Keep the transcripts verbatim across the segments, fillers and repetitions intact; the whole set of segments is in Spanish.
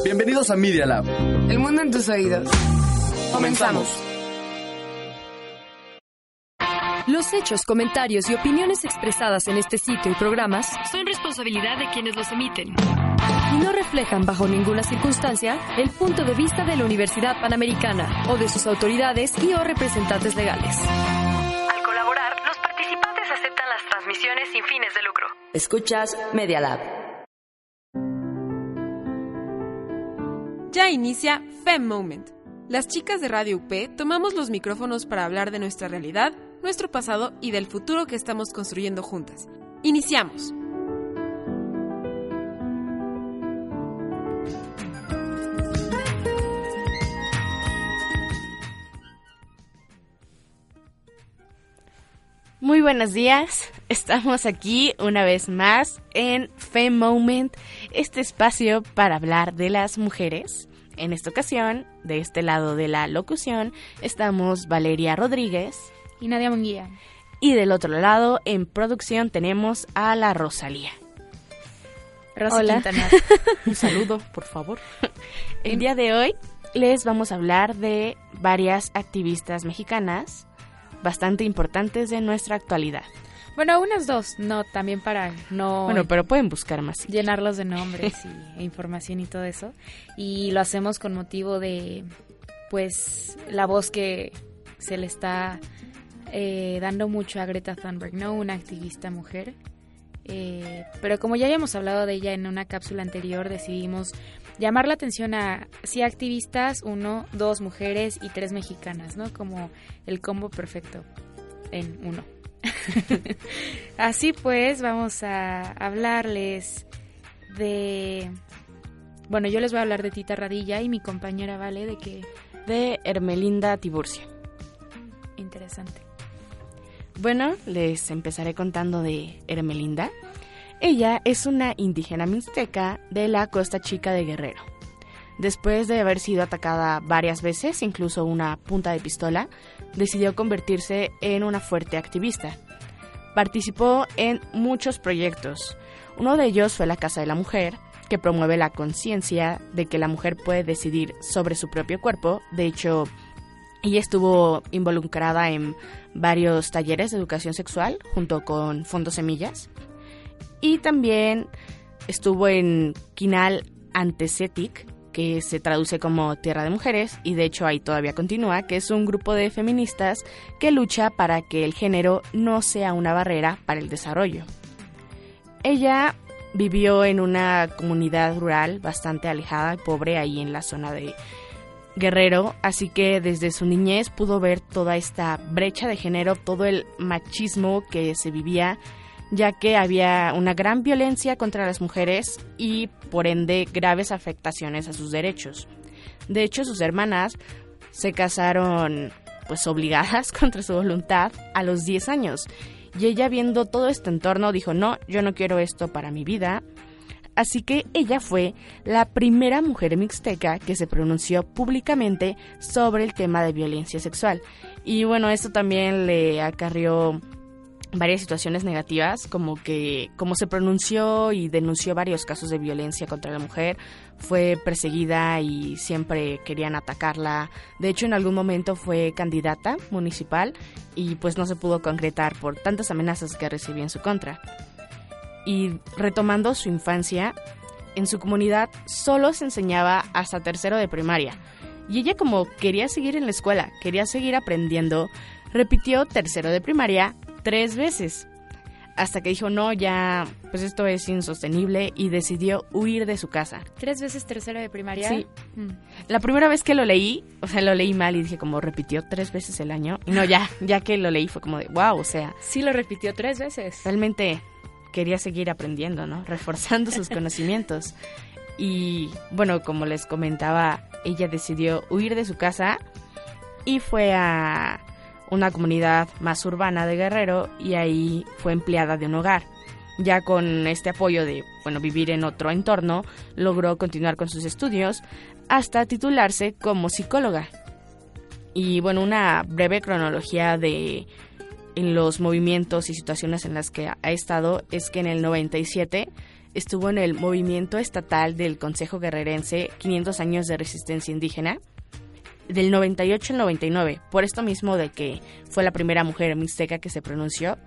Bienvenidos a Media Lab. El mundo en tus oídos. Comenzamos. Los hechos, comentarios y opiniones expresadas en este sitio y programas son responsabilidad de quienes los emiten y no reflejan bajo ninguna circunstancia el punto de vista de la Universidad Panamericana o de sus autoridades y o representantes legales. Al colaborar, los participantes aceptan las transmisiones sin fines de lucro. Escuchas Media Lab. Ya inicia Fem Moment. Las chicas de Radio U P tomamos los micrófonos para hablar de nuestra realidad, nuestro pasado y del futuro que estamos construyendo juntas. ¡Iniciamos! Muy buenos días, estamos aquí una vez más en Fem Moment, este espacio para hablar de las mujeres. En esta ocasión, de este lado de la locución, estamos Valeria Rodríguez y Nadia Munguía. Y del otro lado, en producción, tenemos a la Rosalía. Rosa Hola. Quintana. Un saludo, por favor. El día de hoy les vamos a hablar de varias activistas mexicanas bastante importantes de nuestra actualidad. Bueno, unas dos, no, también para no... Bueno, pero pueden buscar más. Si llenarlos de nombres y, e información y todo eso. Y lo hacemos con motivo de, pues, la voz que se le está eh, dando mucho a Greta Thunberg, ¿no? Una activista mujer. Eh, pero como ya habíamos hablado de ella en una cápsula anterior, decidimos llamar la atención a, sí, activistas, uno, dos mujeres y tres mexicanas, ¿no? Como el combo perfecto en uno. Así pues, vamos a hablarles de... Bueno, yo les voy a hablar de Tita Radilla y mi compañera Vale de que... De Ermelinda Tiburcio. Interesante. Bueno, les empezaré contando de Ermelinda. Ella es una indígena mixteca de la Costa Chica de Guerrero. Después de haber sido atacada varias veces, incluso una punta de pistola, decidió convertirse en una fuerte activista. Participó en muchos proyectos. Uno de ellos fue la Casa de la Mujer, que promueve la conciencia de que la mujer puede decidir sobre su propio cuerpo. De hecho, ella estuvo involucrada en varios talleres de educación sexual junto con Fondo Semillas. Y también estuvo en Quinal Antesetic, que se traduce como Tierra de Mujeres, y de hecho ahí todavía continúa, que es un grupo de feministas que lucha para que el género no sea una barrera para el desarrollo. Ella vivió en una comunidad rural bastante alejada y pobre ahí en la zona de Guerrero, así que desde su niñez pudo ver toda esta brecha de género, todo el machismo que se vivía, ya que había una gran violencia contra las mujeres y, por ende, graves afectaciones a sus derechos. De hecho, sus hermanas se casaron, pues, obligadas contra su voluntad a los diez años. Y ella, viendo todo este entorno, dijo, no, yo no quiero esto para mi vida. Así que ella fue la primera mujer mixteca que se pronunció públicamente sobre el tema de violencia sexual. Y, bueno, esto también le acarrió varias situaciones negativas, como que como se pronunció y denunció varios casos de violencia contra la mujer, fue perseguida y siempre querían atacarla. De hecho, en algún momento fue candidata municipal y pues no se pudo concretar por tantas amenazas que recibía en su contra. Y retomando su infancia, en su comunidad solo se enseñaba hasta tercero de primaria. Y ella, como quería seguir en la escuela, quería seguir aprendiendo, repitió tercero de primaria tres veces, hasta que dijo, no, ya, pues esto es insostenible, y decidió huir de su casa. ¿Tres veces tercero de primaria? Sí. Mm. La primera vez que lo leí, o sea, lo leí mal y dije, como, repitió tres veces el año. Y no, ya, ya que lo leí fue como de, wow, o sea. Sí, lo repitió tres veces. Realmente quería seguir aprendiendo, ¿no? Reforzando sus conocimientos. Y, bueno, como les comentaba, ella decidió huir de su casa y fue a una comunidad más urbana de Guerrero, y ahí fue empleada de un hogar. Ya con este apoyo de, bueno, vivir en otro entorno, logró continuar con sus estudios hasta titularse como psicóloga. Y bueno, una breve cronología de en los movimientos y situaciones en las que ha estado es que en el noventa y siete estuvo en el movimiento estatal del Consejo Guerrerense quinientos años de resistencia indígena, del noventa y ocho al noventa y nueve. Por esto mismo de que fue la primera mujer mixteca que se pronunció,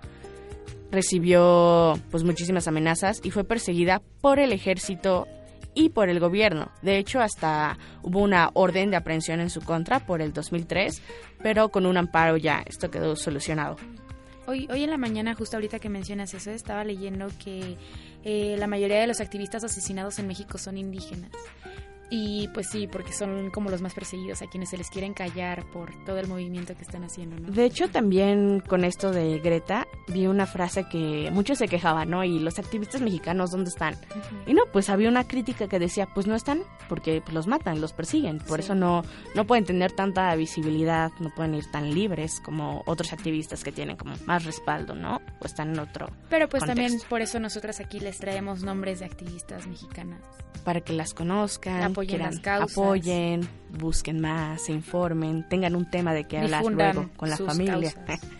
recibió pues muchísimas amenazas y fue perseguida por el ejército y por el gobierno. De hecho, hasta hubo una orden de aprehensión en su contra por el dos mil tres, pero con un amparo ya esto quedó solucionado. Hoy, hoy en la mañana, justo ahorita que mencionas eso, estaba leyendo que eh, la mayoría de los activistas asesinados en México son indígenas. Y pues sí, porque son como los más perseguidos, a quienes se les quieren callar por todo el movimiento que están haciendo, ¿no? De hecho, también con esto de Greta, vi una frase que muchos se quejaban, ¿no? Y los activistas mexicanos, ¿dónde están? Uh-huh. Y no, pues había una crítica que decía, pues no están, porque pues, los matan, los persiguen. Por sí. eso no, no pueden tener tanta visibilidad, no pueden ir tan libres como otros activistas que tienen como más respaldo, ¿no? O están en otro Pero pues contexto. También por eso nosotras aquí les traemos nombres de activistas mexicanas. Para que las conozcan, apoyen quieran, las causas, apoyen, busquen más, se informen, tengan un tema de que hablar luego con la familia.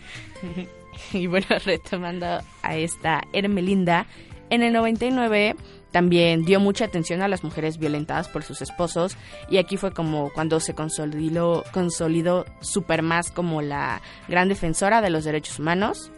Y bueno, retomando a esta Ermelinda, en el noventa y nueve también dio mucha atención a las mujeres violentadas por sus esposos, y aquí fue como cuando se consolidó, consolidó súper más como la gran defensora de los derechos humanos.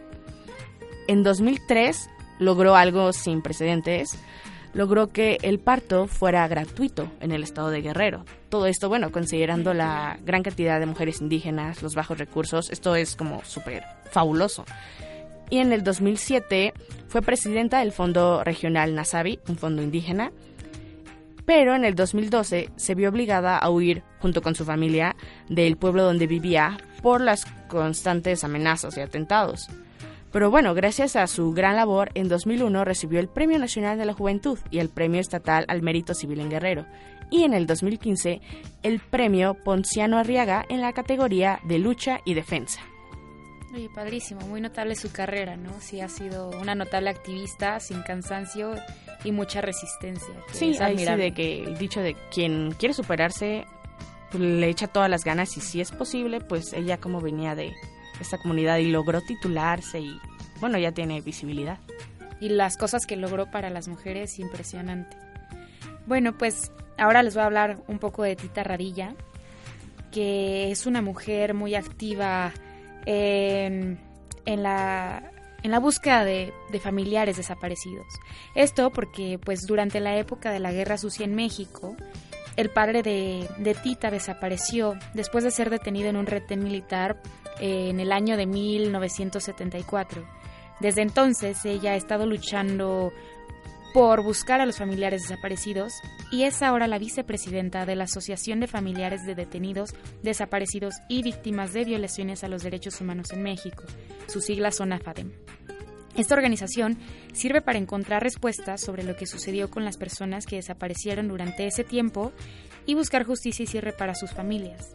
En dos mil tres logró algo sin precedentes. Logró que el parto fuera gratuito en el estado de Guerrero. Todo esto, bueno, considerando la gran cantidad de mujeres indígenas, los bajos recursos, esto es como súper fabuloso. Y en el dos mil siete fue presidenta del Fondo Regional Nasabi, un fondo indígena, pero en el dos mil doce se vio obligada a huir junto con su familia del pueblo donde vivía por las constantes amenazas y atentados. Pero bueno, gracias a su gran labor, en dos mil uno recibió el Premio Nacional de la Juventud y el Premio Estatal al Mérito Civil en Guerrero. Y en el dos mil quince, el Premio Ponciano Arriaga en la categoría de Lucha y Defensa. Oye, padrísimo, muy notable su carrera, ¿no? Sí, ha sido una notable activista, sin cansancio y mucha resistencia. Sí, ahí sí, de que el dicho de quien quiere superarse, pues, le echa todas las ganas, y si es posible, pues ella como venía de esta comunidad y logró titularse y bueno, ya tiene visibilidad. Y las cosas que logró para las mujeres, impresionante. Bueno, pues ahora les voy a hablar un poco de Tita Radilla, que es una mujer muy activa en, en la en la búsqueda de, de familiares desaparecidos. Esto porque pues durante la época de la Guerra Sucia en México, el padre de, de Tita desapareció después de ser detenido en un retén militar eh, en el año de mil novecientos setenta y cuatro. Desde entonces ella ha estado luchando por buscar a los familiares desaparecidos y es ahora la vicepresidenta de la Asociación de Familiares de Detenidos, Desaparecidos y Víctimas de Violaciones a los Derechos Humanos en México. Sus siglas son AFADEM. Esta organización sirve para encontrar respuestas sobre lo que sucedió con las personas que desaparecieron durante ese tiempo y buscar justicia y cierre para sus familias.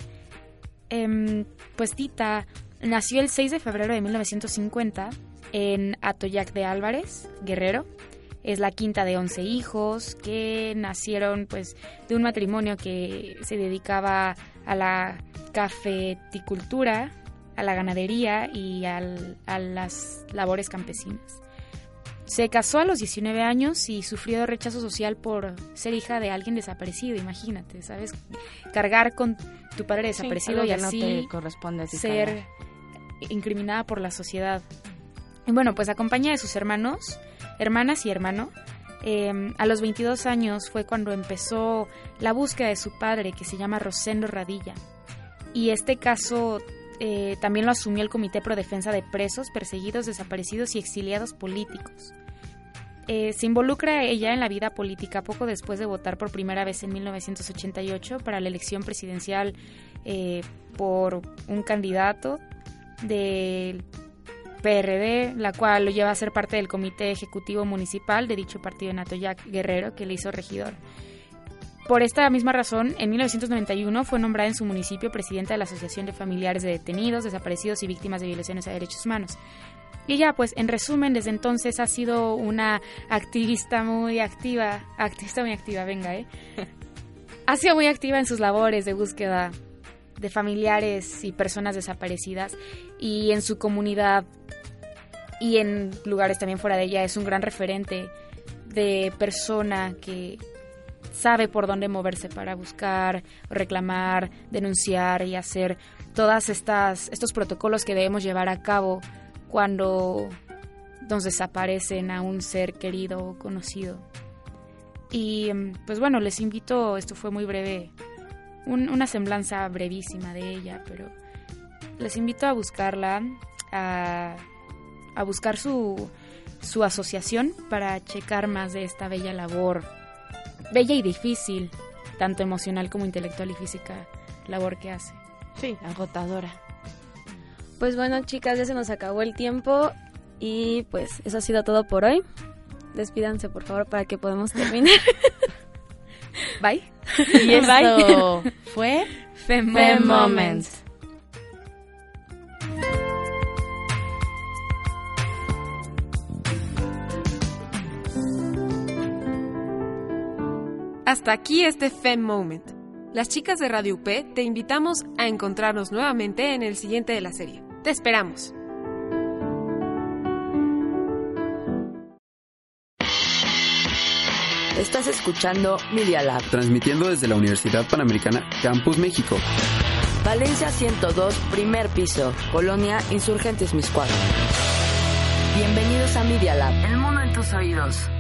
Eh, pues Tita nació el seis de febrero de mil novecientos cincuenta en Atoyac de Álvarez, Guerrero. Es la quinta de once hijos que nacieron pues de un matrimonio que se dedicaba a la cafeticultura, a la ganadería y al, a las labores campesinas. Se casó a los diecinueve años y sufrió rechazo social por ser hija de alguien desaparecido, imagínate, ¿sabes? Cargar con tu padre desaparecido sí, y así no te corresponde a ti ser cargar. Incriminada por la sociedad. Y bueno, pues acompañada de sus hermanos, hermanas y hermano, eh, a los veintidós años fue cuando empezó la búsqueda de su padre, que se llama Rosendo Radilla. Y este caso Eh, también lo asumió el Comité Pro Defensa de Presos, Perseguidos, Desaparecidos y Exiliados Políticos. Eh, se involucra ella en la vida política poco después de votar por primera vez en mil novecientos ochenta y ocho para la elección presidencial eh, por un candidato del P R D, la cual lo lleva a ser parte del Comité Ejecutivo Municipal de dicho partido en Atoyac, Guerrero, que le hizo regidor. Por esta misma razón, en mil novecientos noventa y uno fue nombrada en su municipio presidenta de la Asociación de Familiares de Detenidos, Desaparecidos y Víctimas de Violaciones a Derechos Humanos. Y ya, pues, en resumen, desde entonces ha sido una activista muy activa, activista muy activa, venga, ¿eh? Ha sido muy activa en sus labores de búsqueda de familiares y personas desaparecidas y en su comunidad y en lugares también fuera de ella. Es un gran referente de persona que sabe por dónde moverse para buscar, reclamar, denunciar y hacer todas estas estos protocolos que debemos llevar a cabo cuando nos desaparecen a un ser querido o conocido. Y pues bueno, les invito, esto fue muy breve, un, una semblanza brevísima de ella, pero les invito a buscarla, a, a buscar su, su asociación para checar más de esta bella labor, bella y difícil, tanto emocional como intelectual y física, labor que hace. Sí, agotadora. Pues bueno, chicas, ya se nos acabó el tiempo y pues eso ha sido todo por hoy. Despídanse, por favor, para que podamos terminar. Bye. Y esto Bye. fue Fem Fem Moments. Hasta aquí este Fem Moment. Las chicas de Radio U P te invitamos a encontrarnos nuevamente en el siguiente de la serie. ¡Te esperamos! Estás escuchando Media Lab. Transmitiendo desde la Universidad Panamericana, Campus México. Valencia ciento dos, primer piso. Colonia Insurgentes Mixcoac. Bienvenidos a Media Lab. El mundo en tus oídos.